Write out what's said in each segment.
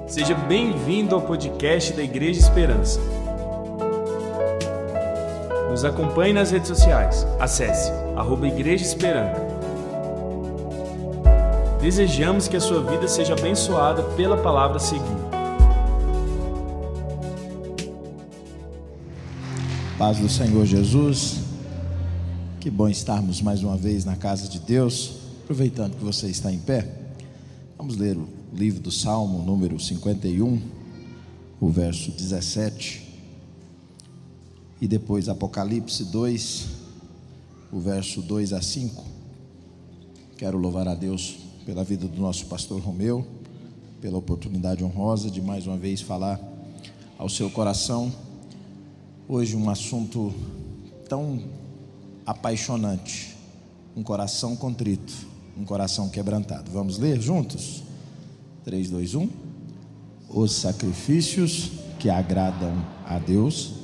Seja bem-vindo ao podcast da Igreja Esperança. Nos acompanhe nas redes sociais. Acesse @Igreja Esperança. Desejamos que a sua vida seja abençoada pela palavra a seguir. Paz do Senhor Jesus. Que bom estarmos mais uma vez na casa de Deus. Aproveitando que você está em pé, vamos ler o livro do Salmo número 51, o verso 17, e depois Apocalipse 2, o verso 2 a 5. Quero louvar a Deus pela vida do nosso pastor Romeu, pela oportunidade honrosa de mais uma vez falar ao seu coração. Hoje um assunto tão apaixonante, um coração contrito, um coração quebrantado. Vamos ler juntos? 3, 2, 1. Os sacrifícios que agradam a Deus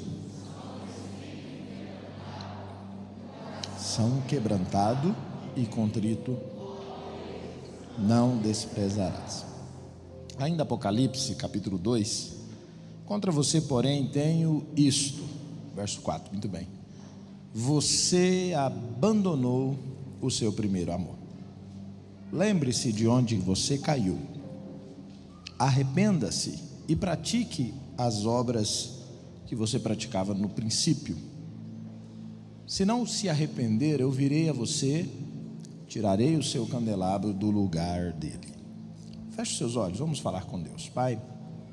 são quebrantado e contrito não desprezarás. Ainda Apocalipse capítulo 2. Contra você, porém, tenho isto. Verso 4, muito bem. Você abandonou o seu primeiro amor. Lembre-se de onde você caiu. Arrependa-se e pratique as obras que você praticava no princípio. Se não se arrepender, eu virei a você, tirarei o seu candelabro do lugar dele. Feche seus olhos, vamos falar com Deus. Pai,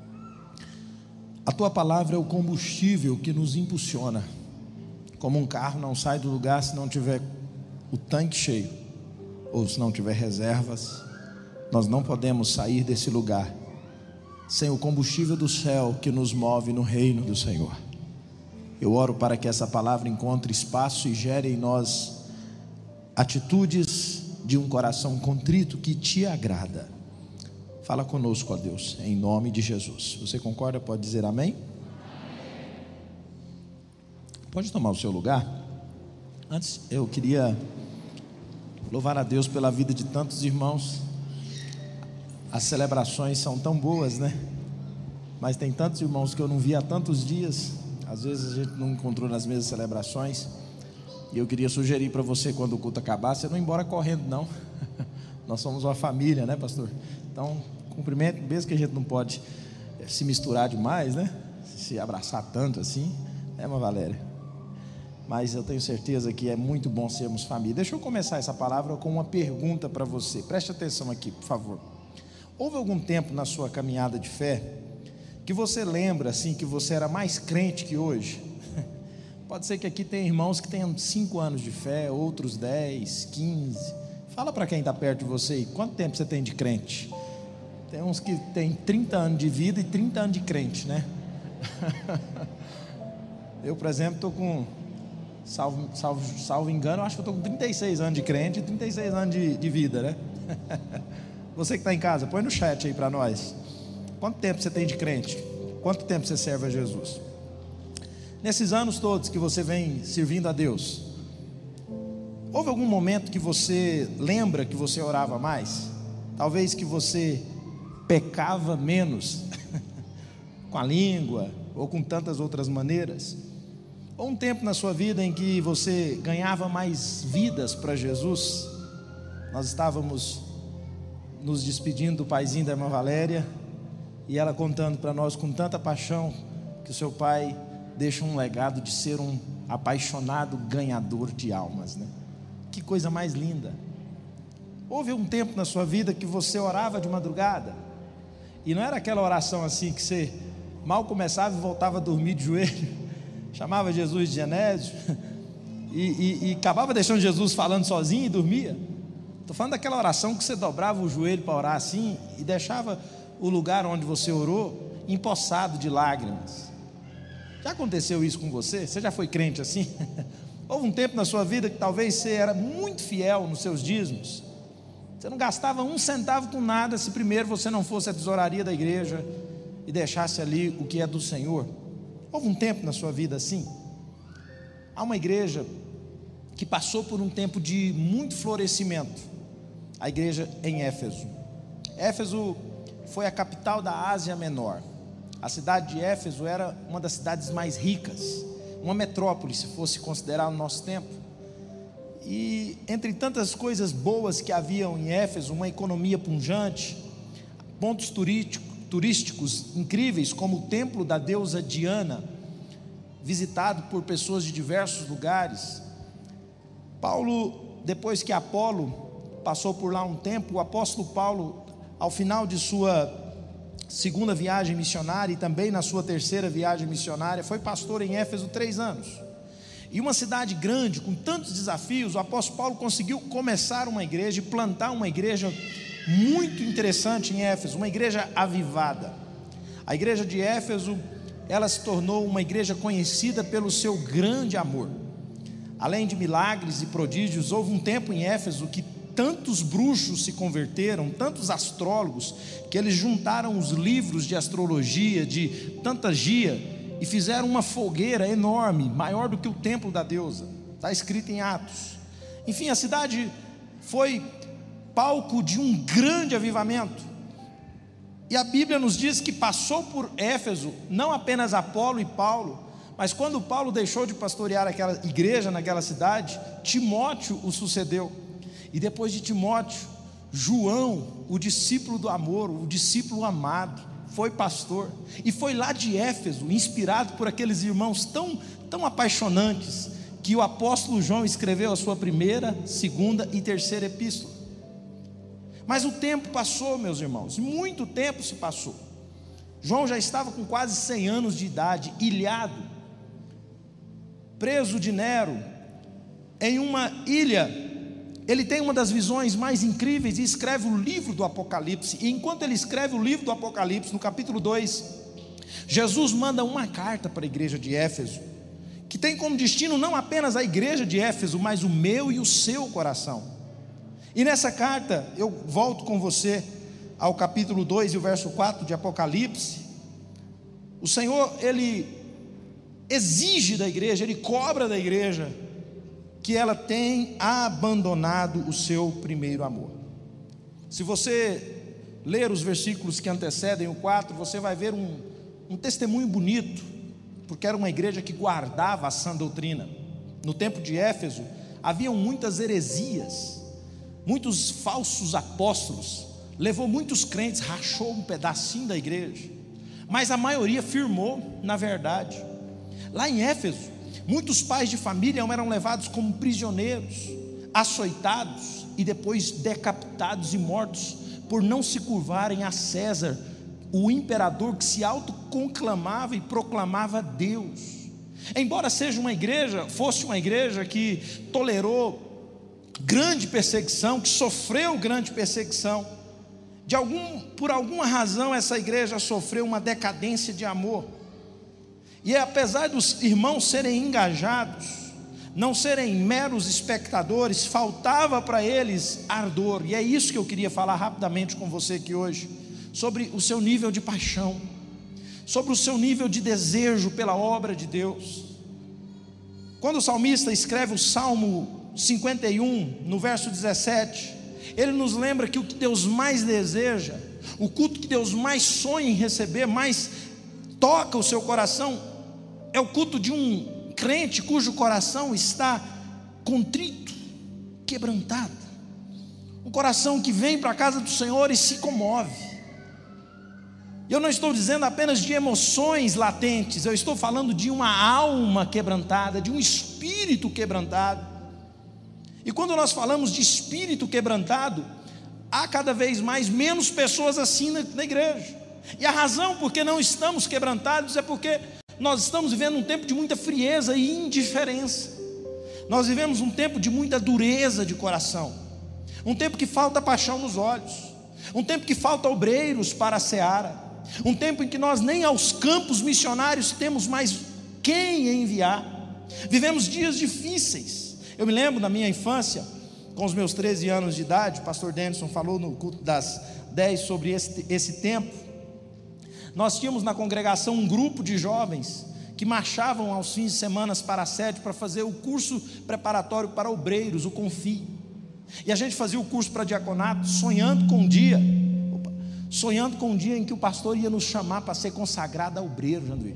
a tua palavra é o combustível que nos impulsiona. Como um carro não sai do lugar se não tiver o tanque cheio, ou se não tiver reservas. Nós não podemos sair desse lugar sem o combustível do céu que nos move no reino do Senhor. Eu oro para que essa palavra encontre espaço e gere em nós atitudes de um coração contrito que te agrada. Fala conosco, ó Deus, em nome de Jesus. Você concorda? Pode dizer amém? Pode tomar o seu lugar. Antes eu queria louvar a Deus pela vida de tantos irmãos. As celebrações são tão boas, né? Mas tem tantos irmãos que eu não vi há tantos dias. Às vezes a gente não encontrou nas mesmas celebrações. E eu queria sugerir para você, quando o culto acabar, você não ir embora correndo, não. Nós somos uma família, né, pastor? Então, cumprimento, mesmo que a gente não pode se misturar demais, né? Se abraçar tanto assim, né, irmã Valéria? Mas eu tenho certeza que é muito bom sermos família. Deixa eu começar essa palavra com uma pergunta para você. Preste atenção aqui, por favor. Houve algum tempo na sua caminhada de fé que você lembra assim que você era mais crente que hoje? Pode ser que aqui tem irmãos que tenham 5 anos de fé, outros 10, 15. Fala para quem está perto de você aí, quanto tempo você tem de crente? Tem uns que tem 30 anos de vida e 30 anos de crente, né? Eu, por exemplo, estou com, salvo engano, eu acho que eu estou com 36 anos de crente e 36 anos de vida, né? Você que está em casa, põe no chat aí para nós. Quanto tempo você tem de crente? Quanto tempo você serve a Jesus? Nesses anos todos que você vem servindo a Deus, houve algum momento que você lembra que você orava mais? Talvez que você pecava menos com a língua ou com tantas outras maneiras? Ou um tempo na sua vida em que você ganhava mais vidas para Jesus? Nós estávamos nos despedindo do paizinho da irmã Valéria, e ela contando para nós com tanta paixão que o seu pai deixa um legado de ser um apaixonado ganhador de almas, né? Que coisa mais linda. Houve um tempo na sua vida que você orava de madrugada, e não era aquela oração assim que você mal começava e voltava a dormir de joelho, chamava Jesus de Genésio e acabava deixando Jesus falando sozinho e dormia. Estou falando daquela oração que você dobrava o joelho para orar assim e deixava o lugar onde você orou empoçado de lágrimas. Já aconteceu isso com você? Você já foi crente assim? Houve um tempo na sua vida que talvez você era muito fiel nos seus dízimos. Você não gastava 1 centavo com nada se primeiro você não fosse à tesouraria da igreja e deixasse ali o que é do Senhor. Houve um tempo na sua vida assim? Há uma igreja que passou por um tempo de muito florescimento, a igreja em Éfeso. Éfeso foi a capital da Ásia Menor. A cidade de Éfeso era uma das cidades mais ricas, uma metrópole, se fosse considerar no nosso tempo. E entre tantas coisas boas que haviam em Éfeso, uma economia pujante, pontos turísticos incríveis, como o templo da deusa Diana, visitado por pessoas de diversos lugares. Paulo, depois que Apolo passou por lá um tempo, o apóstolo Paulo, ao final de sua segunda viagem missionária e também na sua terceira viagem missionária, foi pastor em Éfeso 3 anos. E uma cidade grande, com tantos desafios, o apóstolo Paulo conseguiu começar uma igreja e plantar uma igreja muito interessante em Éfeso, uma igreja avivada. A igreja de Éfeso, ela se tornou uma igreja conhecida pelo seu grande amor. Além de milagres e prodígios, houve um tempo em Éfeso que tantos bruxos se converteram, tantos astrólogos, que eles juntaram os livros de astrologia, de Tantagia, e fizeram uma fogueira enorme, maior do que o templo da deusa. Está escrito em Atos. Enfim, a cidade foi palco de um grande avivamento. E a Bíblia nos diz que passou por Éfeso não apenas Apolo e Paulo, mas quando Paulo deixou de pastorear aquela igreja naquela cidade, Timóteo o sucedeu. E depois de Timóteo, João, o discípulo do amor, o discípulo amado, foi pastor. E foi lá de Éfeso, inspirado por aqueles irmãos tão apaixonantes, que o apóstolo João escreveu a sua primeira, segunda e terceira epístola. Mas o tempo passou, meus irmãos, muito tempo se passou. João já estava com quase 100 anos de idade, ilhado, preso de Nero, em uma ilha. Ele tem uma das visões mais incríveis e escreve o livro do Apocalipse. E enquanto ele escreve o livro do Apocalipse, no capítulo 2, Jesus manda uma carta para a igreja de Éfeso, que tem como destino não apenas a igreja de Éfeso, mas o meu e o seu coração. E nessa carta, eu volto com você ao capítulo 2 e o verso 4 de Apocalipse. O Senhor, Ele exige da igreja, Ele cobra da igreja, que ela tem abandonado o seu primeiro amor. Se você ler os versículos que antecedem o 4, você vai ver um testemunho bonito, porque era uma igreja que guardava a sã doutrina. No tempo de Éfeso, haviam muitas heresias, muitos falsos apóstolos, levou muitos crentes, rachou um pedacinho da igreja, mas a maioria firmou na verdade. Lá em Éfeso, muitos pais de família eram levados como prisioneiros, açoitados e depois decapitados e mortos, por não se curvarem a César, o imperador que se autoconclamava e proclamava Deus. Embora fosse uma igreja que tolerou grande perseguição, que sofreu grande perseguição, por alguma razão essa igreja sofreu uma decadência de amor. E apesar dos irmãos serem engajados, não serem meros espectadores, faltava para eles ardor. E é isso que eu queria falar rapidamente com você aqui hoje, sobre o seu nível de paixão, sobre o seu nível de desejo pela obra de Deus. Quando o salmista escreve o Salmo 51, no verso 17, ele nos lembra que o que Deus mais deseja, o culto que Deus mais sonha em receber, mais toca o seu coração, é o culto de um crente cujo coração está contrito, quebrantado, um coração que vem para a casa do Senhor e se comove. Eu não estou dizendo apenas de emoções latentes, eu estou falando de uma alma quebrantada, de um espírito quebrantado. E quando nós falamos de espírito quebrantado, há cada vez menos pessoas assim na igreja. E a razão por que não estamos quebrantados é porque nós estamos vivendo um tempo de muita frieza e indiferença. Nós vivemos um tempo de muita dureza de coração, um tempo que falta paixão nos olhos, um tempo que falta obreiros para a seara, um tempo em que nós nem aos campos missionários temos mais quem enviar. Vivemos dias difíceis. Eu me lembro da minha infância, com os meus 13 anos de idade, o pastor Denison falou no culto das 10 sobre esse tempo. Nós tínhamos na congregação um grupo de jovens que marchavam aos fins de semana para a sede para fazer o curso preparatório para obreiros, o CONFI. E a gente fazia o curso para diaconato, sonhando com um dia sonhando com um dia em que o pastor ia nos chamar para ser consagrado a obreiro, Janduí.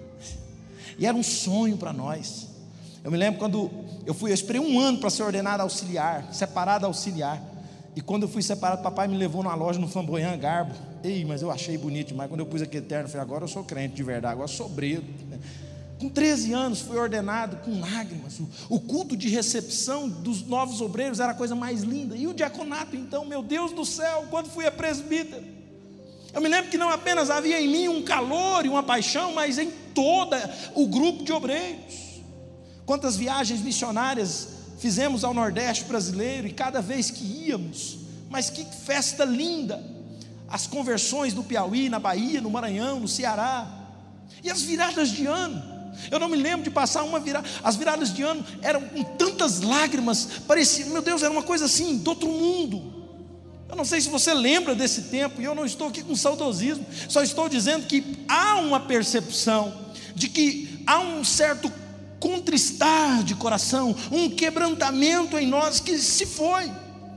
E era um sonho para nós. Eu me lembro quando eu esperei um ano para ser ordenado auxiliar, separado auxiliar. E quando eu fui separado, papai me levou numa loja no Flamboyant Garbo. Mas eu achei bonito demais. Quando eu pus aquele terno, eu falei, agora eu sou crente de verdade, agora eu sou obreiro. Com 13 anos fui ordenado com lágrimas. O culto de recepção dos novos obreiros era a coisa mais linda. E o diaconato então, meu Deus do céu, quando fui a presbítero, eu me lembro que não apenas havia em mim um calor e uma paixão, mas em todo o grupo de obreiros. Quantas viagens missionárias fizemos ao Nordeste brasileiro, e cada vez que íamos, mas que festa linda, as conversões no Piauí, na Bahia, no Maranhão, no Ceará, e as viradas de ano. Eu não me lembro de passar uma virada. As viradas de ano eram com tantas lágrimas, parecia, meu Deus, era uma coisa assim, do outro mundo. Eu não sei se você lembra desse tempo, e eu não estou aqui com saudosismo, só estou dizendo que há uma percepção de que há um certo contristar de coração, um quebrantamento em nós que se foi.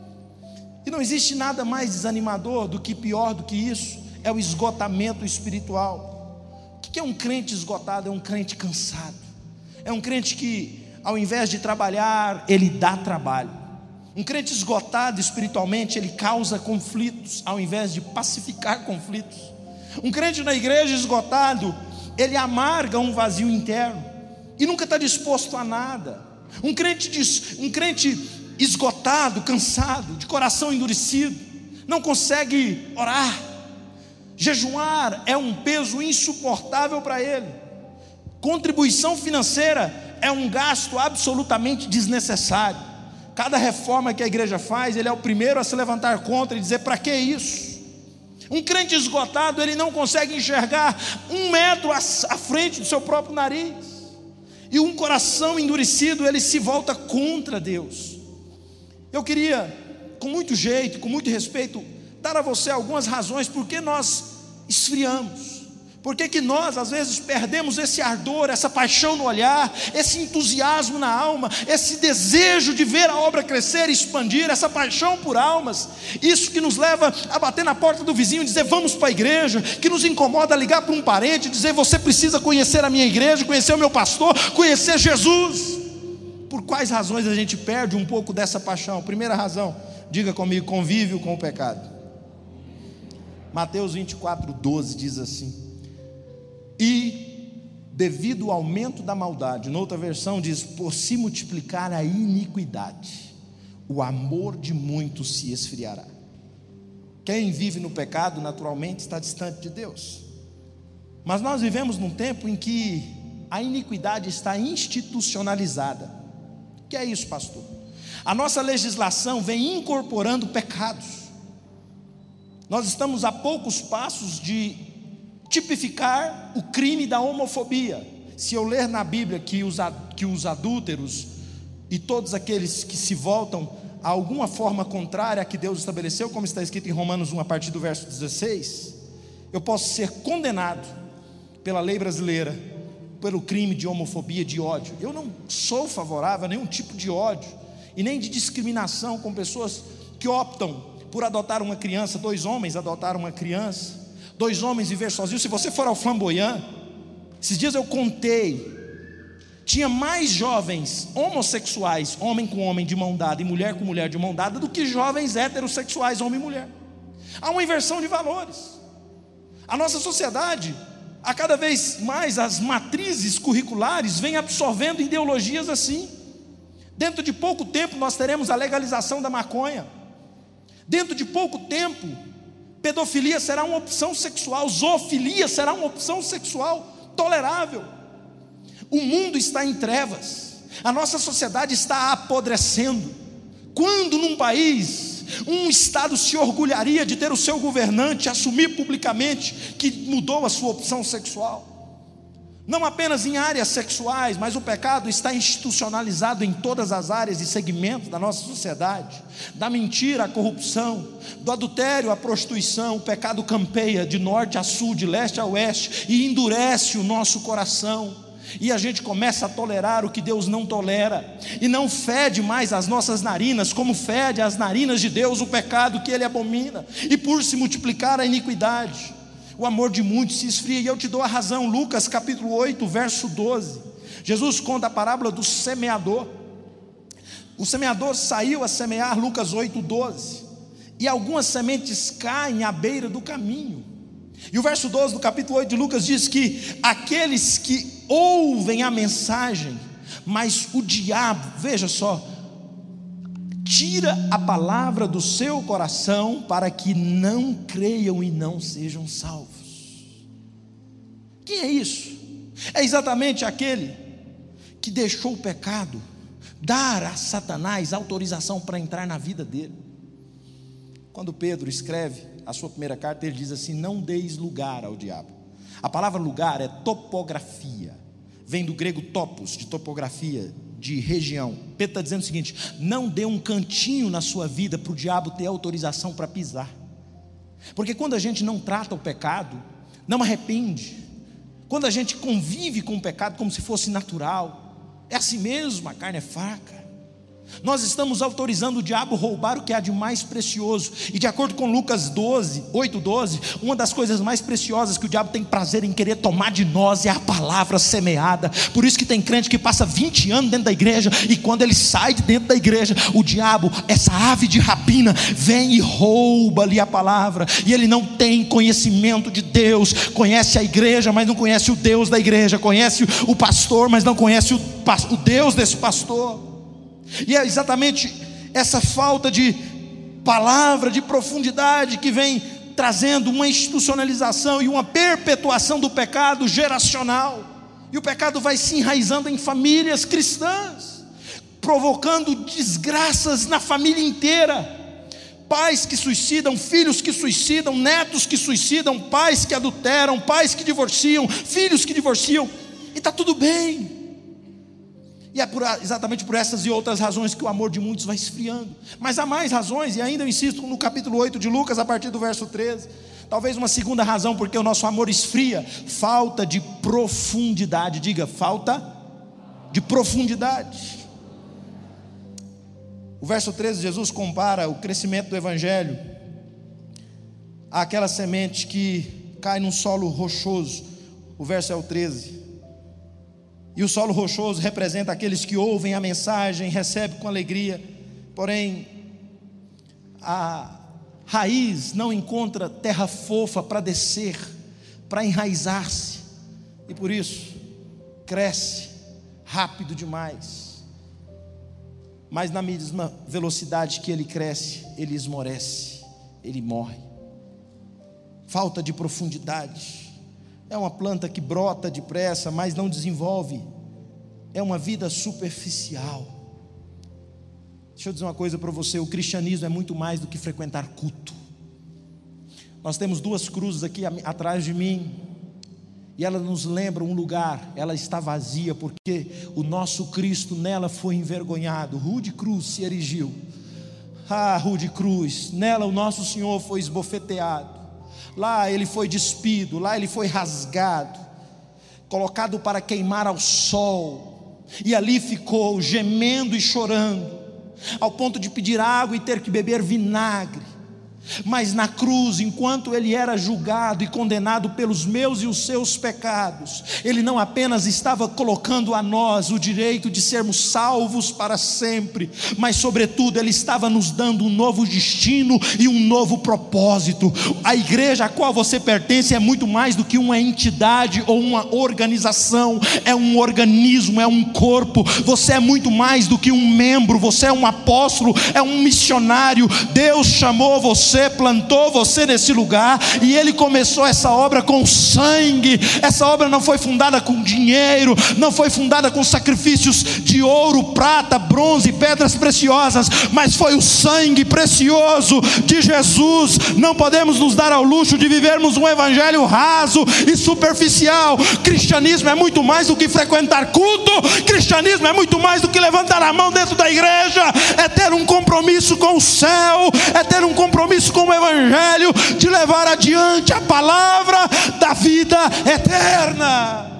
E não existe nada mais desanimador do que, pior do que isso, é o esgotamento espiritual. O que é um crente esgotado? É um crente cansado, é um crente que, ao invés de trabalhar, ele dá trabalho. Um crente esgotado espiritualmente, ele causa conflitos, ao invés de pacificar conflitos. Um crente na igreja esgotado, ele amarga um vazio interno, e nunca está disposto a nada. Um crente esgotado, cansado, de coração endurecido, não consegue orar. Jejuar é um peso insuportável para ele. Contribuição financeira é um gasto absolutamente desnecessário. Cada reforma que a igreja faz, ele é o primeiro a se levantar contra e dizer, para que isso? Um crente esgotado, ele não consegue enxergar 1 metro à frente do seu próprio nariz. E um coração endurecido, ele se volta contra Deus. Eu queria, com muito jeito, com muito respeito, dar a você algumas razões por que nós esfriamos. Por que nós às vezes perdemos esse ardor, essa paixão no olhar, esse entusiasmo na alma, esse desejo de ver a obra crescer e expandir, essa paixão por almas. Isso que nos leva a bater na porta do vizinho e dizer vamos para a igreja, que nos incomoda a ligar para um parente e dizer você precisa conhecer a minha igreja, conhecer o meu pastor, conhecer Jesus. Por quais razões a gente perde um pouco dessa paixão? Primeira razão, diga comigo, convívio com o pecado. Mateus 24:12 diz assim: e devido ao aumento da maldade, noutra versão diz, por se multiplicar a iniquidade, o amor de muitos se esfriará. Quem vive no pecado naturalmente está distante de Deus. Mas nós vivemos num tempo em que a iniquidade está institucionalizada. O que é isso, pastor? A nossa legislação vem incorporando pecados. Nós estamos a poucos passos de tipificar o crime da homofobia. Se eu ler na Bíblia que os adúlteros e todos aqueles que se voltam a alguma forma contrária a que Deus estabeleceu, como está escrito em Romanos 1 a partir do verso 16, eu posso ser condenado pela lei brasileira pelo crime de homofobia, de ódio. Eu não sou favorável a nenhum tipo de ódio e nem de discriminação com pessoas que optam por adotar uma criança. 2 homens adotaram uma criança, 2 homens viver sozinhos. Se você for ao Flamboyant, esses dias eu contei, tinha mais jovens homossexuais, homem com homem de mão dada e mulher com mulher de mão dada, do que jovens heterossexuais, homem e mulher. Há uma inversão de valores. A nossa sociedade, a cada vez mais as matrizes curriculares vêm absorvendo ideologias assim. Dentro de pouco tempo nós teremos a legalização da maconha. Dentro de pouco tempo, pedofilia será uma opção sexual, zoofilia será uma opção sexual tolerável. O mundo está em trevas, a nossa sociedade está apodrecendo. Quando num país, um estado se orgulharia de ter o seu governante assumir publicamente que mudou a sua opção sexual? Não apenas em áreas sexuais, mas o pecado está institucionalizado em todas as áreas e segmentos da nossa sociedade. Da mentira à corrupção, do adultério à prostituição, o pecado campeia de norte a sul, de leste a oeste, e endurece o nosso coração. e a gente começa a tolerar o que Deus não tolera, e não fede mais as nossas narinas, como fede as narinas de Deus o pecado que Ele abomina, e por se multiplicar a iniquidade, o amor de muitos se esfria. E eu te dou a razão. Lucas capítulo 8, verso 12, Jesus conta a parábola do semeador. O semeador saiu a semear, Lucas 8, 12, e algumas sementes caem à beira do caminho. E o verso 12 do capítulo 8 de Lucas diz que aqueles que ouvem a mensagem, mas o diabo, veja só, tira a palavra do seu coração para que não creiam e não sejam salvos. Quem é isso? É exatamente aquele que deixou o pecado dar a Satanás autorização para entrar na vida dele. Quando Pedro escreve a sua primeira carta, ele diz assim: não deis lugar ao diabo. A palavra lugar é topografia, vem do grego topos, de topografia, de região. Pedro está dizendo o seguinte: não dê um cantinho na sua vida para o diabo ter autorização para pisar. Porque quando a gente não trata o pecado, não arrepende, quando a gente convive com o pecado como se fosse natural, é assim mesmo, a carne é fraca, nós estamos autorizando o diabo roubar o que há de mais precioso. E de acordo com Lucas 8:12, uma das coisas mais preciosas que o diabo tem prazer em querer tomar de nós é a palavra semeada. Por isso que tem crente que passa 20 anos dentro da igreja, e quando ele sai de dentro da igreja, o diabo, essa ave de rapina, vem e rouba-lhe a palavra. E ele não tem conhecimento de Deus, conhece a igreja, mas não conhece o Deus da igreja, conhece o pastor, mas não conhece o Deus desse pastor. E é exatamente essa falta de palavra, de profundidade, que vem trazendo uma institucionalização e uma perpetuação do pecado geracional. E o pecado vai se enraizando em famílias cristãs, provocando desgraças na família inteira. Pais que suicidam, filhos que suicidam, netos que suicidam, pais que adulteram, pais que divorciam, filhos que divorciam, e está tudo bem. E é exatamente por essas e outras razões que o amor de muitos vai esfriando. Mas há mais razões, e ainda eu insisto no capítulo 8 de Lucas, a partir do verso 13. Talvez uma segunda razão porque o nosso amor esfria: falta de profundidade. Diga, falta de profundidade. O verso 13, Jesus compara o crescimento do evangelho àquela semente que cai num solo rochoso. O verso é o 13. E o solo rochoso representa aqueles que ouvem a mensagem, recebem com alegria, porém a raiz não encontra terra fofa para descer, para enraizar-se, e por isso cresce rápido demais. Mas na mesma velocidade que ele cresce, ele esmorece, ele morre. Falta de profundidade. É uma planta que brota depressa, mas não desenvolve. É uma vida superficial. Deixa eu dizer uma coisa para você: o cristianismo é muito mais do que frequentar culto. Nós temos duas cruzes aqui atrás de mim, e ela nos lembra um lugar. Ela está vazia porque o nosso Cristo nela foi envergonhado. Rude cruz se erigiu. Rude cruz, nela o nosso Senhor foi esbofeteado. Lá ele foi despido, lá ele foi rasgado, colocado para queimar ao sol, e ali ficou gemendo e chorando, ao ponto de pedir água e ter que beber vinagre. Mas na cruz, enquanto ele era julgado e condenado pelos meus e os seus pecados, ele não apenas estava colocando a nós o direito de sermos salvos para sempre, mas sobretudo ele estava nos dando um novo destino e um novo propósito. A igreja a qual você pertence é muito mais do que uma entidade ou uma organização, é um organismo, é um corpo. Você é muito mais do que um membro, você é um apóstolo, é um missionário. Deus chamou você, plantou você nesse lugar, e Ele começou essa obra com sangue. Essa obra não foi fundada com dinheiro, não foi fundada com sacrifícios de ouro, prata, bronze, pedras preciosas, mas foi o sangue precioso de Jesus. Não podemos nos dar ao luxo de vivermos um evangelho raso e superficial. Cristianismo é muito mais do que frequentar culto. Cristianismo é muito mais do que levantar a mão dentro da igreja. É ter um compromisso com o céu, é ter um compromisso com o evangelho, de levar adiante a palavra da vida eterna.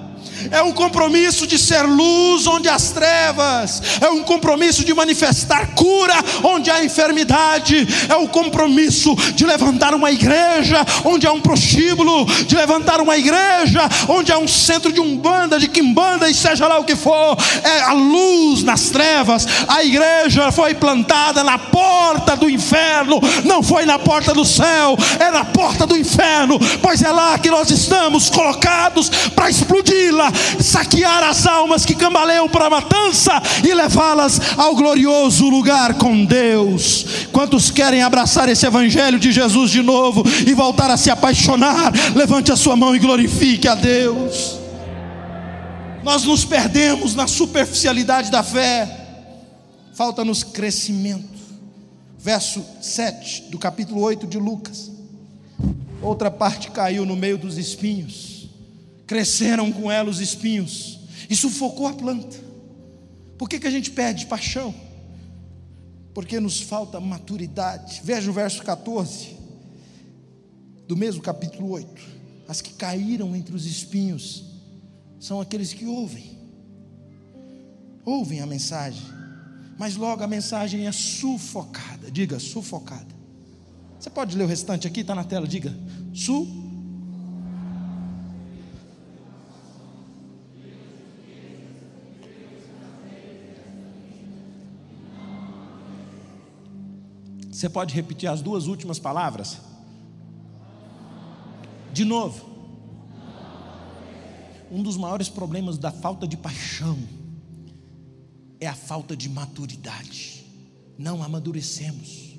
É um compromisso de ser luz onde há as trevas. É um compromisso de manifestar cura onde há enfermidade. É o compromisso de levantar uma igreja onde há um prostíbulo, de levantar uma igreja onde há um centro de umbanda, de quimbanda e seja lá o que for. É a luz nas trevas. A igreja foi plantada na porta do inferno, não foi na porta do céu, é na porta do inferno, pois é lá que nós estamos colocados para explodi-la, saquear as almas que cambaleiam para a matança e levá-las ao glorioso lugar com Deus. Quantos querem abraçar esse evangelho de Jesus de novo e voltar a se apaixonar? Levante a sua mão e glorifique a Deus. Nós nos perdemos na superficialidade da fé, falta-nos crescimento. Verso 7 do capítulo 8 de Lucas: outra parte caiu no meio dos espinhos, cresceram com ela os espinhos e sufocou a planta. Por que a gente perde paixão? Porque nos falta maturidade. Veja o verso 14 do mesmo capítulo 8: as que caíram entre os espinhos são aqueles que ouvem a mensagem, mas logo a mensagem é sufocada. Diga, sufocada. Você pode ler o restante aqui, está na tela, diga, Você pode repetir as duas últimas palavras? De novo. Um dos maiores problemas da falta de paixão é a falta de maturidade. Não amadurecemos.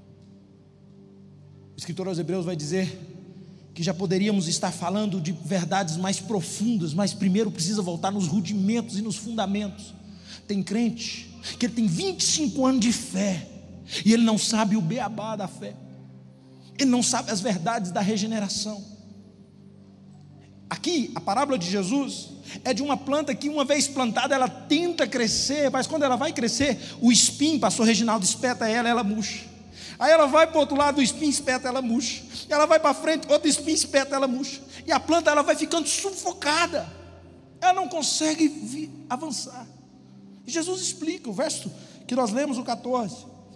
O escritor aos Hebreus vai dizer que já poderíamos estar falando de verdades mais profundas, mas primeiro precisa voltar nos rudimentos e nos fundamentos. Tem crente que ele tem 25 anos de fé e ele não sabe o beabá da fé, ele não sabe as verdades da regeneração. Aqui a parábola de Jesus é de uma planta que, uma vez plantada, ela tenta crescer, mas quando ela vai crescer, o espinho, pastor Reginaldo, espeta ela murcha. Aí ela vai para o outro lado, o espinho espeta, ela murcha. Ela vai para frente, outro espinho espeta, ela murcha. E a planta ela vai ficando sufocada, ela não consegue avançar. E Jesus explica, o verso que nós lemos, o 14,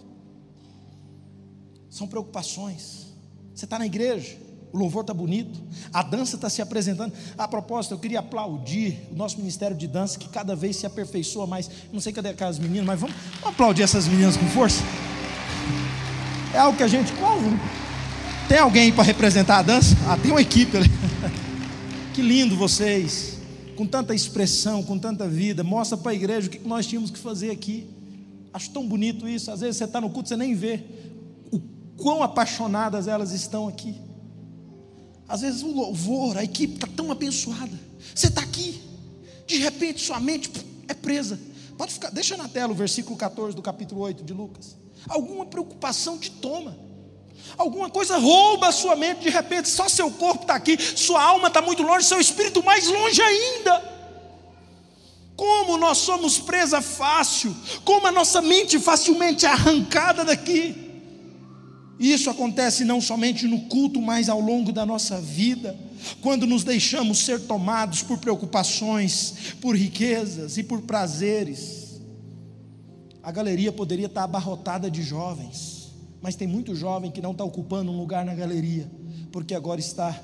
são preocupações. Você está na igreja, o louvor está bonito, a dança está se apresentando. A propósito, eu queria aplaudir o nosso ministério de dança, que cada vez se aperfeiçoa mais. Não sei cadê aquelas meninas, mas vamos aplaudir essas meninas com força. É algo que a gente quase... Tem alguém para representar a dança? Tem uma equipe ali. Que lindo vocês, com tanta expressão, com tanta vida. Mostra para a igreja o que nós tínhamos que fazer aqui. Acho tão bonito isso. Às vezes você está no culto, você nem vê o quão apaixonadas elas estão aqui. Às vezes o louvor, a equipe está tão abençoada. Você está aqui, de repente sua mente é presa. Pode ficar, deixa na tela o versículo 14 do capítulo 8 de Lucas. Alguma preocupação te toma, alguma coisa rouba a sua mente. De repente só seu corpo está aqui, sua alma está muito longe, seu espírito mais longe ainda. Como nós somos presa fácil, como a nossa mente facilmente é arrancada daqui. E isso acontece não somente no culto, mas ao longo da nossa vida, quando nos deixamos ser tomados por preocupações, por riquezas e por prazeres. A galeria poderia estar abarrotada de jovens, mas tem muito jovem que não está ocupando um lugar na galeria, porque agora está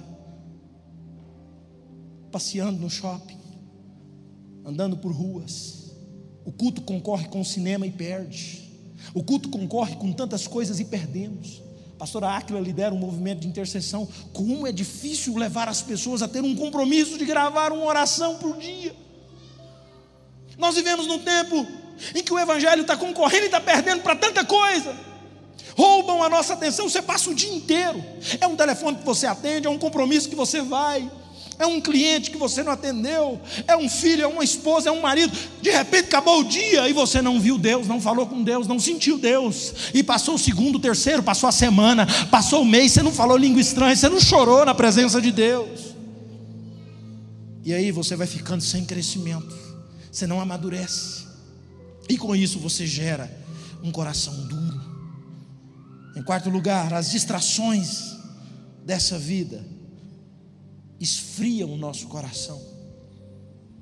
passeando no shopping, andando por ruas. O culto concorre com o cinema e perde. O culto concorre com tantas coisas e perdemos. A pastora Áquila lidera um movimento de intercessão. Como é difícil levar as pessoas a ter um compromisso de gravar uma oração por dia. Nós vivemos num tempo em que o evangelho está concorrendo e está perdendo para tanta coisa. Roubam a nossa atenção, você passa o dia inteiro. É um telefone que você atende, é um compromisso que você vai, é um cliente que você não atendeu, é um filho, é uma esposa, é um marido. De repente acabou o dia e você não viu Deus, não falou com Deus, não sentiu Deus. E passou o segundo, o terceiro, passou a semana, passou o mês, você não falou língua estranha, você não chorou na presença de Deus. E aí você vai ficando sem crescimento, você não amadurece. E com isso você gera um coração duro. Em quarto lugar, as distrações dessa vida esfriam o nosso coração.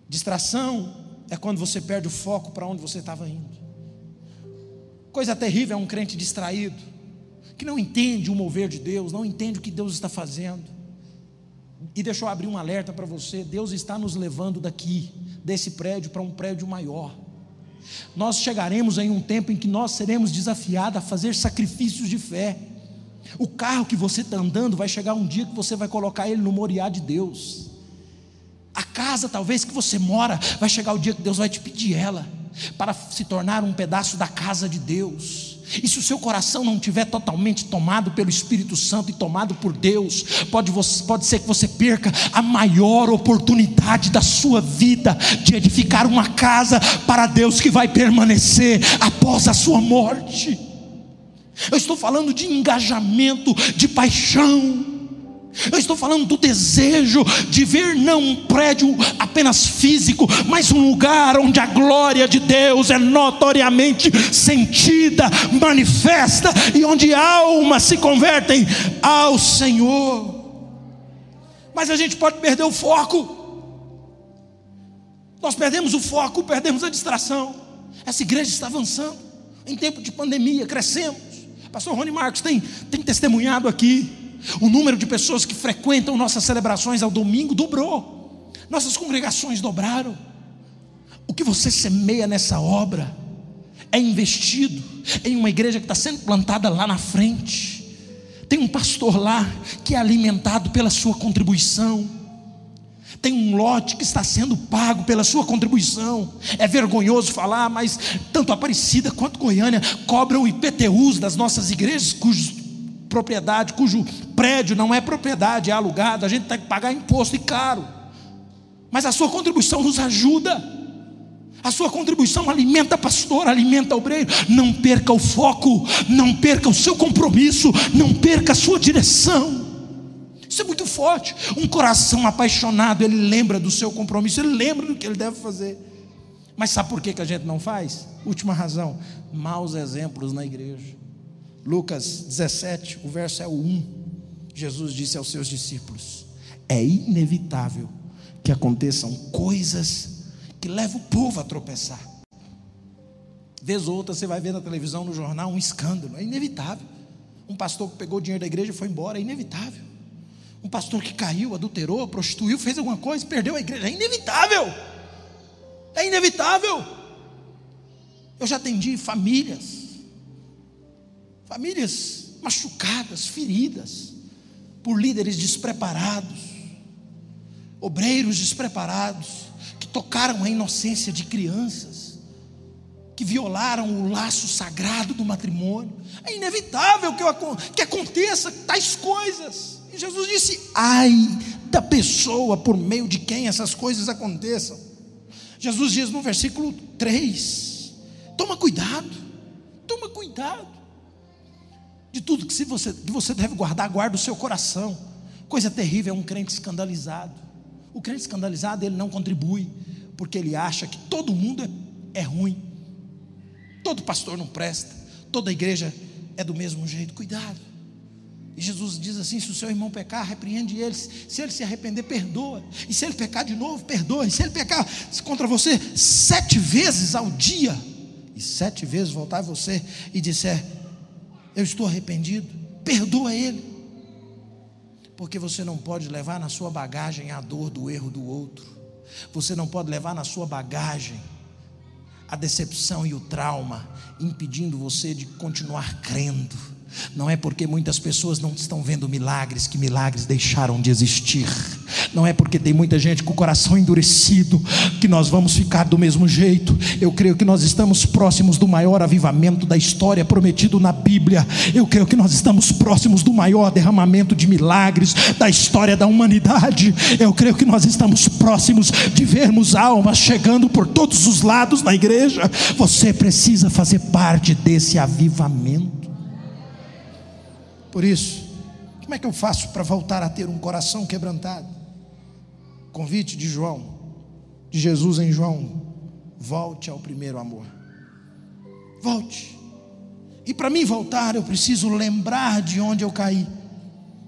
Distração é quando você perde o foco para onde você estava indo. Coisa terrível é um crente distraído, que não entende o mover de Deus, não entende o que Deus está fazendo. E deixa eu abrir um alerta para você: Deus está nos levando daqui, desse prédio, para um prédio maior. Nós chegaremos em um tempo em que nós seremos desafiados a fazer sacrifícios de fé. O carro que você está andando, vai chegar um dia que você vai colocar ele no moriá de Deus. A casa talvez que você mora, vai chegar o dia que Deus vai te pedir ela, para se tornar um pedaço da casa de Deus. E se o seu coração não estiver totalmente tomado pelo Espírito Santo e tomado por Deus, pode ser que você perca a maior oportunidade da sua vida, de edificar uma casa para Deus que vai permanecer após a sua morte. Eu estou falando de engajamento, de paixão. Eu estou falando do desejo de ver não um prédio apenas físico, mas um lugar onde a glória de Deus é notoriamente sentida, manifesta, e onde almas se convertem ao Senhor. Mas a gente pode perder o foco. Nós perdemos o foco, perdemos a distração. Essa igreja está avançando em tempo de pandemia, crescemos. Pastor Rony Marcos tem testemunhado aqui. O número de pessoas que frequentam nossas celebrações ao domingo dobrou. Nossas congregações dobraram. O que você semeia nessa obra é investido em uma igreja que está sendo plantada lá na frente. Tem um pastor lá que é alimentado pela sua contribuição. Tem um lote que está sendo pago pela sua contribuição. É vergonhoso falar, mas tanto Aparecida quanto Goiânia cobram IPTUs das nossas igrejas, cujo prédio não é propriedade, é alugado. A gente tem que pagar imposto, e caro. Mas a sua contribuição nos ajuda. A sua contribuição alimenta pastor, alimenta obreiro. Não perca o foco, não perca o seu compromisso, não perca a sua direção. Isso é muito forte. Um coração apaixonado, ele lembra do seu compromisso, ele lembra do que ele deve fazer. Mas sabe por que a gente não faz? Última razão: maus exemplos na igreja. Lucas 17, o verso é o 1. Jesus disse aos seus discípulos: é inevitável que aconteçam coisas que levam o povo a tropeçar. Vez ou outra você vai ver na televisão, no jornal, um escândalo. É inevitável. Um pastor que pegou o dinheiro da igreja e foi embora. É inevitável. Um pastor que caiu, adulterou, prostituiu, fez alguma coisa, perdeu a igreja. É inevitável. É inevitável. Eu já atendi famílias machucadas, feridas por líderes despreparados, obreiros despreparados, que tocaram a inocência de crianças, que violaram o laço sagrado do matrimônio. É inevitável que aconteça tais coisas. E Jesus disse: ai da pessoa por meio de quem essas coisas aconteçam. Jesus diz no versículo 3: toma cuidado de tudo que você deve guardar. Guarda o seu coração. Coisa terrível é um crente escandalizado. O crente escandalizado, ele não contribui, porque ele acha que todo mundo é ruim, todo pastor não presta, toda igreja é do mesmo jeito. Cuidado. E Jesus diz assim: se o seu irmão pecar, repreende ele. Se ele se arrepender, perdoa. E se ele pecar de novo, perdoa. E se ele pecar contra você 7 vezes ao dia, e 7 vezes voltar a você e disser: eu estou arrependido, perdoa ele. Porque você não pode levar na sua bagagem a dor do erro do outro. Você não pode levar na sua bagagem a decepção e o trauma, impedindo você de continuar crendo. Não é porque muitas pessoas não estão vendo milagres que milagres deixaram de existir. Não é porque tem muita gente com o coração endurecido que nós vamos ficar do mesmo jeito. Eu creio que nós estamos próximos do maior avivamento da história prometido na Bíblia. Eu creio que nós estamos próximos do maior derramamento de milagres da história da humanidade. Eu creio que nós estamos próximos de vermos almas chegando por todos os lados na igreja. Você precisa fazer parte desse avivamento. Por isso, como é que eu faço para voltar a ter um coração quebrantado? Convite de Jesus em João: volte ao primeiro amor. Volte. E para mim voltar, eu preciso lembrar de onde eu caí.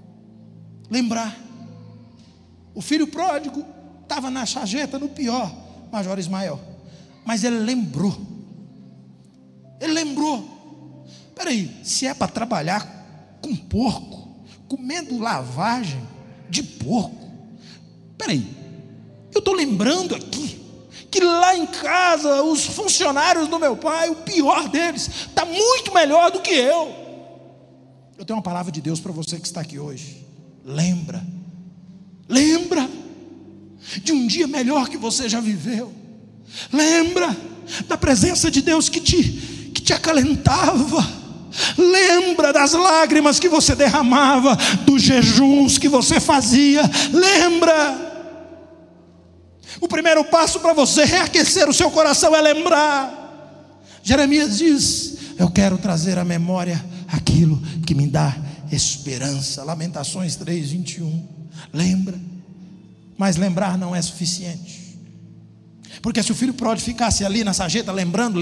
Lembrar. O filho pródigo estava na sarjeta, no pior. Major Ismael, mas ele lembrou. Ele lembrou. Peraí, se é para trabalhar com porco, comendo lavagem de porco, peraí, eu estou lembrando aqui que lá em casa os funcionários do meu pai, o pior deles, está muito melhor do que eu. Eu tenho uma palavra de Deus para você que está aqui hoje. Lembra de um dia melhor que você já viveu. Lembra da presença de Deus que te acalentava. Lembra das lágrimas que você derramava, dos jejuns que você fazia. Lembra. O primeiro passo para você reaquecer o seu coração é lembrar. Jeremias diz: eu quero trazer à memória aquilo que me dá esperança. Lamentações 3:21. Lembra. Mas lembrar não é suficiente, porque se o filho pródigo ficasse ali na sarjeta lembrando,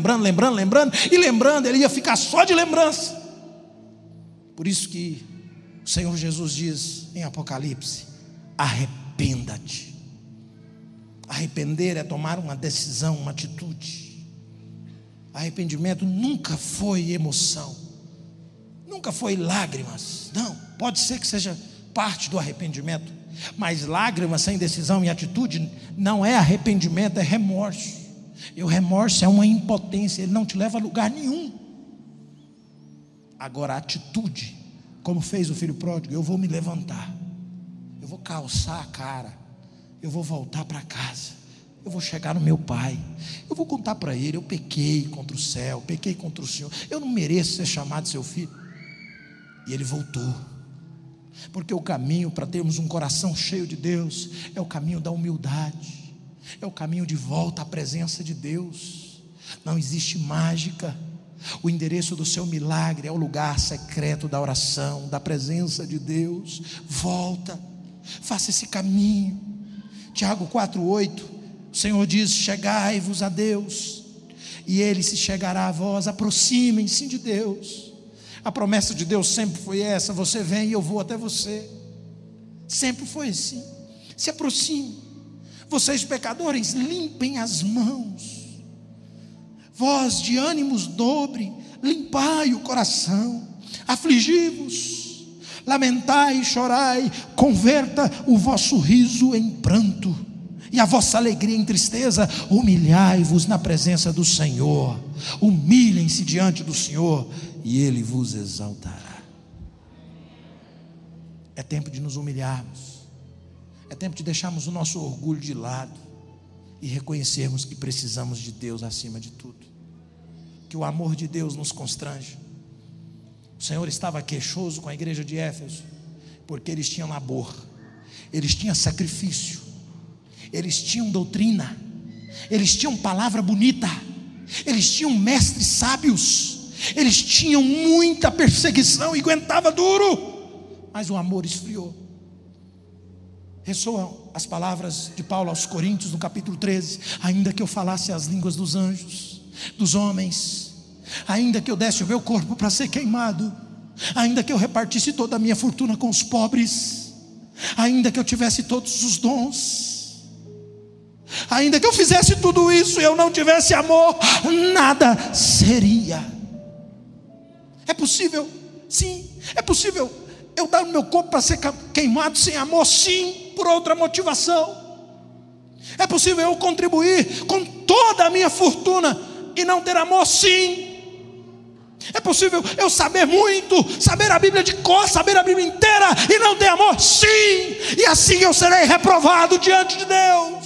ele ia ficar só de lembrança. Por isso que o Senhor Jesus diz em Apocalipse: arrependa-te. Arrepender é tomar uma decisão, uma atitude. Arrependimento nunca foi emoção, nunca foi lágrimas. Não, pode ser que seja parte do arrependimento, mas lágrimas sem decisão e atitude não é arrependimento, é remorso. E o remorso é uma impotência, ele não te leva a lugar nenhum. Agora a atitude, como fez o filho pródigo: eu vou me levantar, eu vou calçar a cara, eu vou voltar para casa, eu vou chegar no meu pai, eu vou contar para ele: eu pequei contra o céu, pequei contra o Senhor, eu não mereço ser chamado seu filho. E ele voltou. Porque o caminho para termos um coração cheio de Deus é o caminho da humildade, é o caminho de volta à presença de Deus. Não existe mágica. O endereço do seu milagre é o lugar secreto da oração, da presença de Deus. Volta, faça esse caminho. Tiago 4:8, o Senhor diz: chegai-vos a Deus, e Ele se chegará a vós. Aproximem-se de Deus. A promessa de Deus sempre foi essa: você vem e eu vou até você. Sempre foi assim. Se aproxime. Vocês pecadores, limpem as mãos. Vós de ânimos dobre, limpai o coração. Afligi-vos, lamentai e chorai. Converta o vosso riso em pranto e a vossa alegria em tristeza. Humilhai-vos na presença do Senhor. Humilhem-se diante do Senhor e Ele vos exaltará. É tempo de nos humilharmos. É tempo de deixarmos o nosso orgulho de lado e reconhecermos que precisamos de Deus acima de tudo. Que o amor de Deus nos constrange. O Senhor estava queixoso com a igreja de Éfeso, porque eles tinham labor, eles tinham sacrifício, eles tinham doutrina, eles tinham palavra bonita, eles tinham mestres sábios, eles tinham muita perseguição e aguentava duro, mas o amor esfriou. Ressoam as palavras de Paulo aos Coríntios no capítulo 13: ainda que eu falasse as línguas dos anjos, dos homens, ainda que eu desse o meu corpo para ser queimado, ainda que eu repartisse toda a minha fortuna com os pobres, ainda que eu tivesse todos os dons, ainda que eu fizesse tudo isso e eu não tivesse amor, nada seria. É possível? Sim. É possível eu dar o meu corpo para ser queimado sem amor? Sim, por outra motivação. É possível eu contribuir com toda a minha fortuna e não ter amor? Sim. É possível eu saber muito, saber a Bíblia de cor, saber a Bíblia inteira e não ter amor? Sim. E assim eu serei reprovado diante de Deus.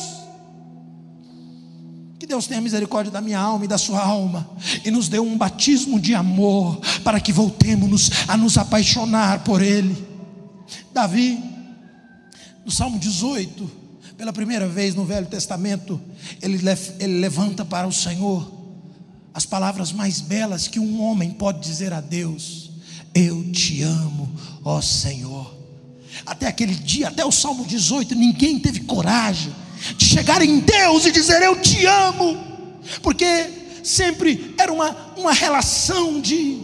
Que Deus tenha misericórdia da minha alma e da sua alma e nos dê um batismo de amor, para que voltemos a nos apaixonar por Ele. Davi, no Salmo 18, pela primeira vez no Velho Testamento, ele levanta para o Senhor as palavras mais belas que um homem pode dizer a Deus: eu te amo, ó Senhor. Até aquele dia, até o Salmo 18, ninguém teve coragem de chegar em Deus e dizer eu te amo, porque sempre era uma relação de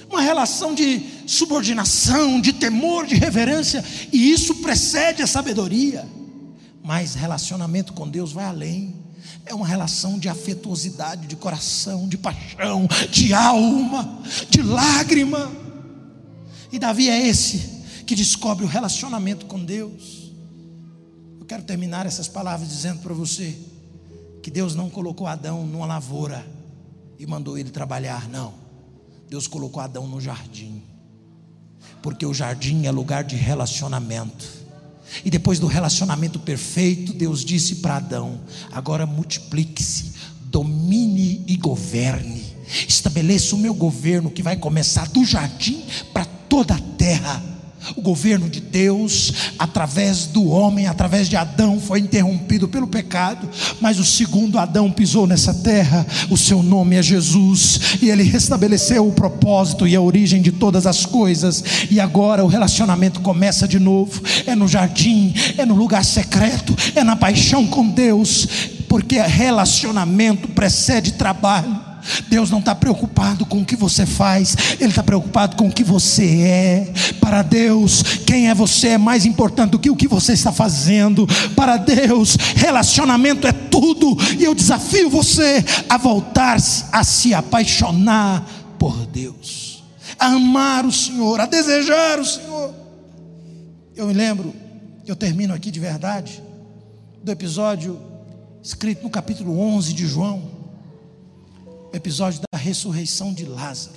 subordinação, de temor, de reverência, e isso precede a sabedoria. Mas relacionamento com Deus vai além. é uma relação de afetuosidade, de coração, de paixão, de alma, de lágrima. E Davi é esse que descobre o relacionamento com Deus. Eu quero terminar essas palavras dizendo para você que Deus não colocou Adão numa lavoura e mandou ele trabalhar, não. Deus colocou Adão no jardim, porque o jardim é lugar de relacionamento. E depois do relacionamento perfeito, Deus disse para Adão: agora multiplique-se, domine e governe. Estabeleça o meu governo, que vai começar do jardim para toda a terra. O governo de Deus, através do homem, através de Adão, foi interrompido pelo pecado. Mas o segundo Adão pisou nessa terra, o seu nome é Jesus, e ele restabeleceu o propósito e a origem de todas as coisas. E agora o relacionamento começa de novo. É no jardim, é no lugar secreto, é na paixão com Deus, porque relacionamento precede trabalho. Deus não está preocupado com o que você faz, Ele está preocupado com o que você é. Para Deus, quem é você é mais importante do que o que você está fazendo. Para Deus, relacionamento é tudo. E eu desafio você a voltar-se a se apaixonar por Deus, a amar o Senhor, a desejar o Senhor. Eu me lembro, eu termino aqui de verdade, do episódio escrito no capítulo 11 de João, o episódio da ressurreição de Lázaro.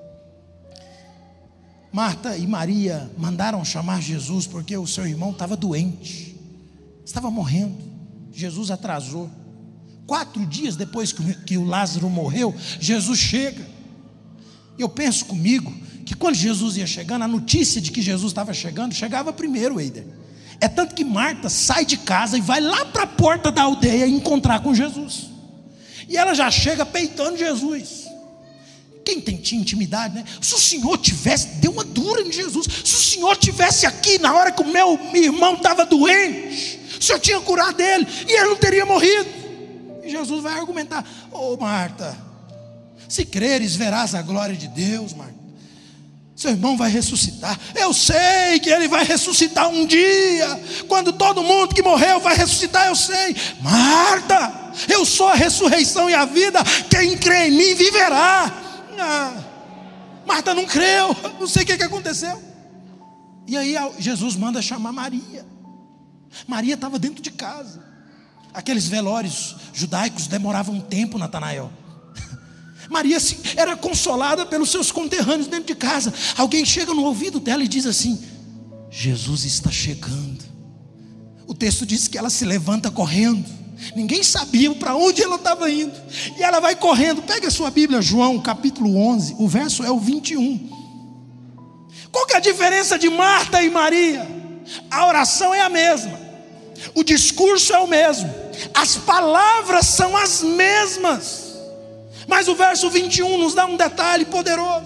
Marta e Maria mandaram chamar Jesus porque o seu irmão estava doente, estava morrendo. Jesus atrasou. 4 dias depois que o Lázaro morreu, Jesus chega. Eu penso comigo que quando Jesus ia chegando, a notícia de que Jesus estava chegando chegava primeiro, Eider. É tanto que Marta sai de casa e vai lá para a porta da aldeia encontrar com Jesus. E ela já chega peitando Jesus. Quem tinha intimidade, né? Se o Senhor tivesse, deu uma dura em Jesus. Se o Senhor tivesse aqui na hora que o meu irmão estava doente, o Senhor tinha curado ele e ele não teria morrido. E Jesus vai argumentar: ô Marta, se creres verás a glória de Deus. Marta, seu irmão vai ressuscitar. Eu sei que ele vai ressuscitar um dia, quando todo mundo que morreu vai ressuscitar, eu sei. Marta, eu sou a ressurreição e a vida, quem crê em mim viverá. Marta não creu, não sei o que aconteceu. E aí Jesus manda chamar Maria. Maria estava dentro de casa. Aqueles velórios judaicos demoravam um tempo, Natanael. Maria era consolada pelos seus conterrâneos dentro de casa. Alguém chega no ouvido dela e diz assim: Jesus está chegando. O texto diz que ela se levanta correndo. Ninguém sabia para onde ela estava indo. E ela vai correndo. Pega a sua Bíblia, João capítulo 11. O verso é o 21. Qual que é a diferença de Marta e Maria? A oração é a mesma, o discurso é o mesmo, as palavras são as mesmas. Mas o verso 21 nos dá um detalhe poderoso.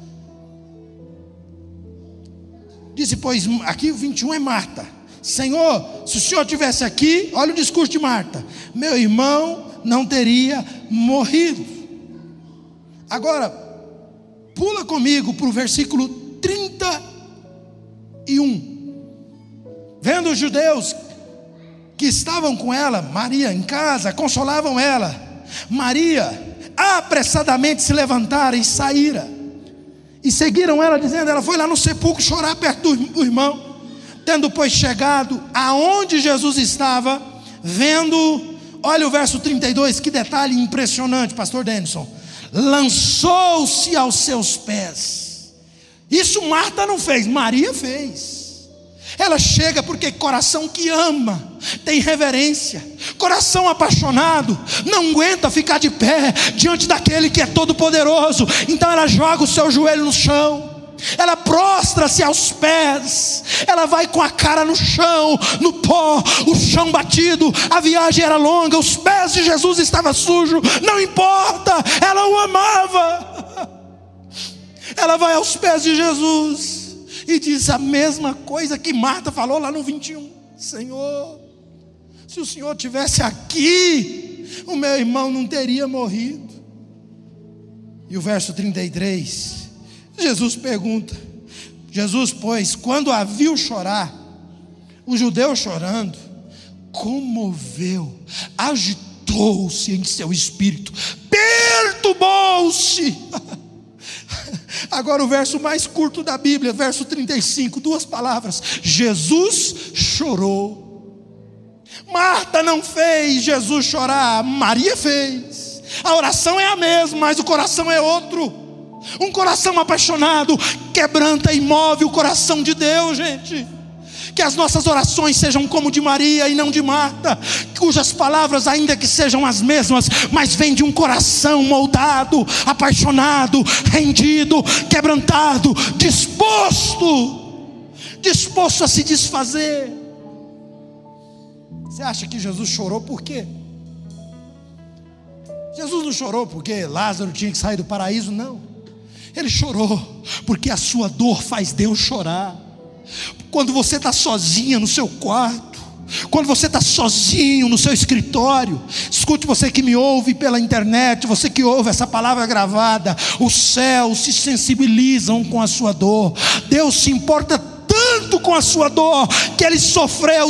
Disse, pois, aqui o 21 é Marta: Senhor, se o Senhor estivesse aqui, olha o discurso de Marta, meu irmão não teria morrido. Agora, pula comigo para o versículo 31. Vendo os judeus que estavam com ela, Maria em casa, consolavam ela, Maria apressadamente se levantara e saíra, e seguiram ela, dizendo, ela foi lá no sepulcro chorar perto do irmão. Tendo pois chegado aonde Jesus estava, vendo, olha o verso 32, que detalhe impressionante, pastor Denison, lançou-se aos seus pés. Isso Marta não fez, Maria fez. Ela chega porque coração que ama tem reverência, coração apaixonado não aguenta ficar de pé diante daquele que é todo poderoso. Então ela joga o seu joelho no chão, ela prostra-se aos pés, ela vai com a cara no chão, no pó, o chão batido. A viagem era longa, os pés de Jesus estavam sujos, não importa, ela o amava. Ela vai aos pés de Jesus e diz a mesma coisa que Marta falou lá no 21. Senhor, se o Senhor estivesse aqui, o meu irmão não teria morrido. E o verso 33, Jesus pergunta, Jesus, pois, quando a viu chorar, os judeus chorando, comoveu, agitou agitou-se em seu espírito, perturbou-se. Agora o verso mais curto da Bíblia, verso 35, 2 palavras: Jesus chorou. Marta não fez Jesus chorar, Maria fez. A oração é a mesma, mas o coração é outro. Um coração apaixonado quebranta e move o coração de Deus, gente. Que as nossas orações sejam como de Maria e não de Marta, cujas palavras, ainda que sejam as mesmas, mas vêm de um coração moldado, apaixonado, rendido, quebrantado, disposto a se desfazer. Você acha que Jesus chorou por quê? Jesus não chorou porque Lázaro tinha que sair do paraíso, não. Ele chorou porque a sua dor faz Deus chorar. Quando você está sozinha no seu quarto, quando você está sozinho no seu escritório, escute, você que me ouve pela internet, você que ouve essa palavra gravada, os céus se sensibilizam com a sua dor. Deus se importa tanto com a sua dor, que Ele sofreu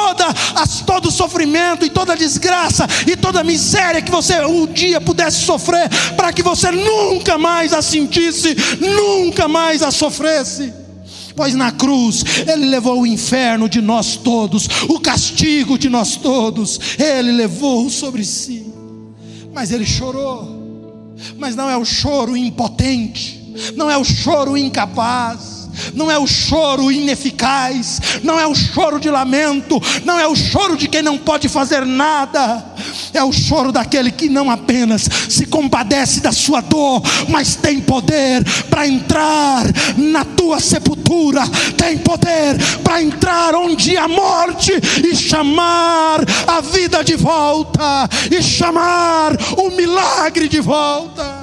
todo o sofrimento e toda a desgraça e toda a miséria que você um dia pudesse sofrer, para que você nunca mais a sentisse, nunca mais a sofresse. Pois na cruz Ele levou o inferno de nós todos, o castigo de nós todos, Ele levou sobre si. Mas Ele chorou. Mas não é o choro impotente, não é o choro incapaz, não é o choro ineficaz, não é o choro de lamento, não é o choro de quem não pode fazer nada. É o choro daquele que não apenas se compadece da sua dor, mas tem poder para entrar na tua sepultura, tem poder para entrar onde há morte e chamar a vida de volta, e chamar o milagre de volta.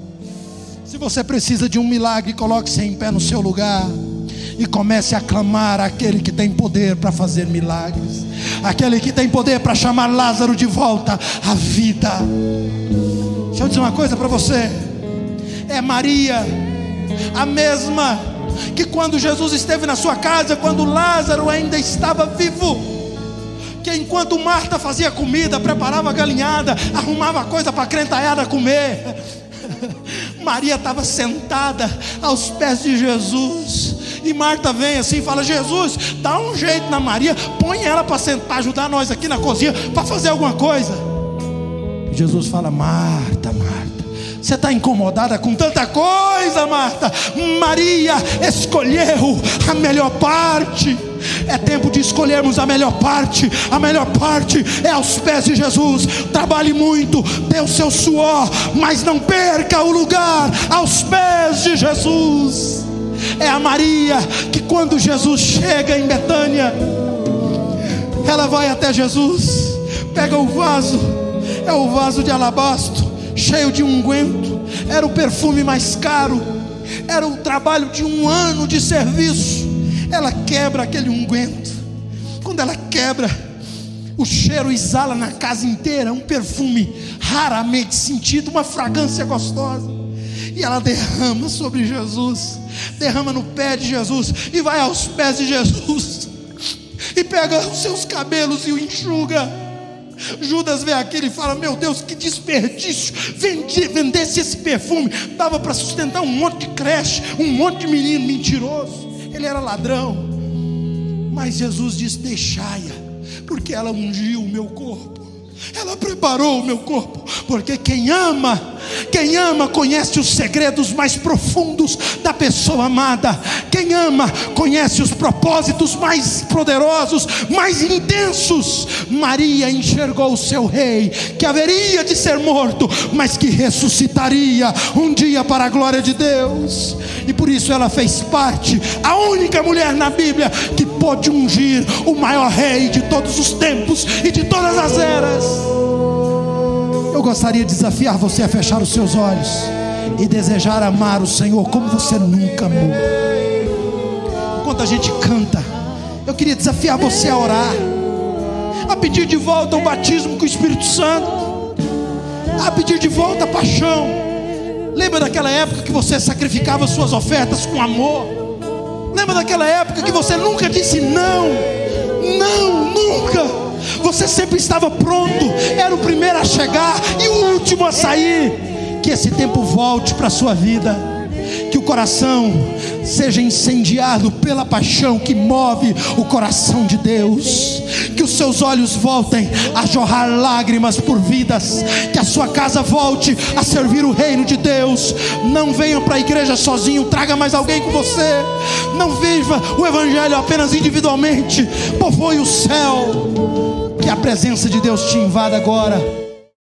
Se você precisa de um milagre, coloque-se em pé no seu lugar e comece a clamar àquele que tem poder para fazer milagres, aquele que tem poder para chamar Lázaro de volta à vida. Deixa eu dizer uma coisa para você: é Maria, a mesma que quando Jesus esteve na sua casa, quando Lázaro ainda estava vivo, que enquanto Marta fazia comida, preparava a galinhada, arrumava coisa para a crentaiada comer, Maria estava sentada aos pés de Jesus. E Marta vem assim e fala: Jesus, dá um jeito na Maria, põe ela para sentar, ajudar nós aqui na cozinha, para fazer alguma coisa. Jesus fala: Marta, Marta, você está incomodada com tanta coisa, Marta? Maria escolheu a melhor parte. É tempo de escolhermos a melhor parte. A melhor parte é aos pés de Jesus. Trabalhe muito, dê o seu suor, mas não perca o lugar aos pés de Jesus. É a Maria que quando Jesus chega em Betânia, ela vai até Jesus, pega o vaso, é o vaso de alabastro, cheio de unguento. Era o perfume mais caro, era o trabalho de um ano de serviço. Ela quebra aquele unguento. Quando ela quebra, o cheiro exala na casa inteira, um perfume raramente sentido, uma fragrância gostosa. E ela derrama sobre Jesus, derrama no pé de Jesus, e vai aos pés de Jesus, e pega os seus cabelos e o enxuga. Judas vê aquilo e fala: meu Deus, que desperdício, vendesse esse perfume, dava para sustentar um monte de creche, um monte de menino mentiroso. Ele era ladrão. Mas Jesus disse: deixai-a, porque ela ungiu o meu corpo, ela preparou o meu corpo. Porque quem ama conhece os segredos mais profundos da pessoa amada. Quem ama conhece os propósitos mais poderosos, mais intensos. Maria enxergou o seu rei, que haveria de ser morto, mas que ressuscitaria um dia para a glória de Deus. E por isso ela fez parte, a única mulher na Bíblia que pôde ungir o maior rei de todos os tempos e de todas as eras. Eu gostaria de desafiar você a fechar os seus olhos e desejar amar o Senhor como você nunca amou. Enquanto a gente canta, eu queria desafiar você a orar, a pedir de volta o batismo com o Espírito Santo, a pedir de volta a paixão. Lembra daquela época que você sacrificava suas ofertas com amor? Lembra daquela época que você nunca disse não? Não, nunca. Você você sempre estava pronto, era o primeiro a chegar e o último a sair. Que esse tempo volte para a sua vida, que o coração seja incendiado pela paixão que move o coração de Deus, que os seus olhos voltem a jorrar lágrimas por vidas, que a sua casa volte a servir o reino de Deus. Não venha para a igreja sozinho, traga mais alguém com você. Não viva o evangelho apenas individualmente, povoe o céu. Que a presença de Deus te invada agora.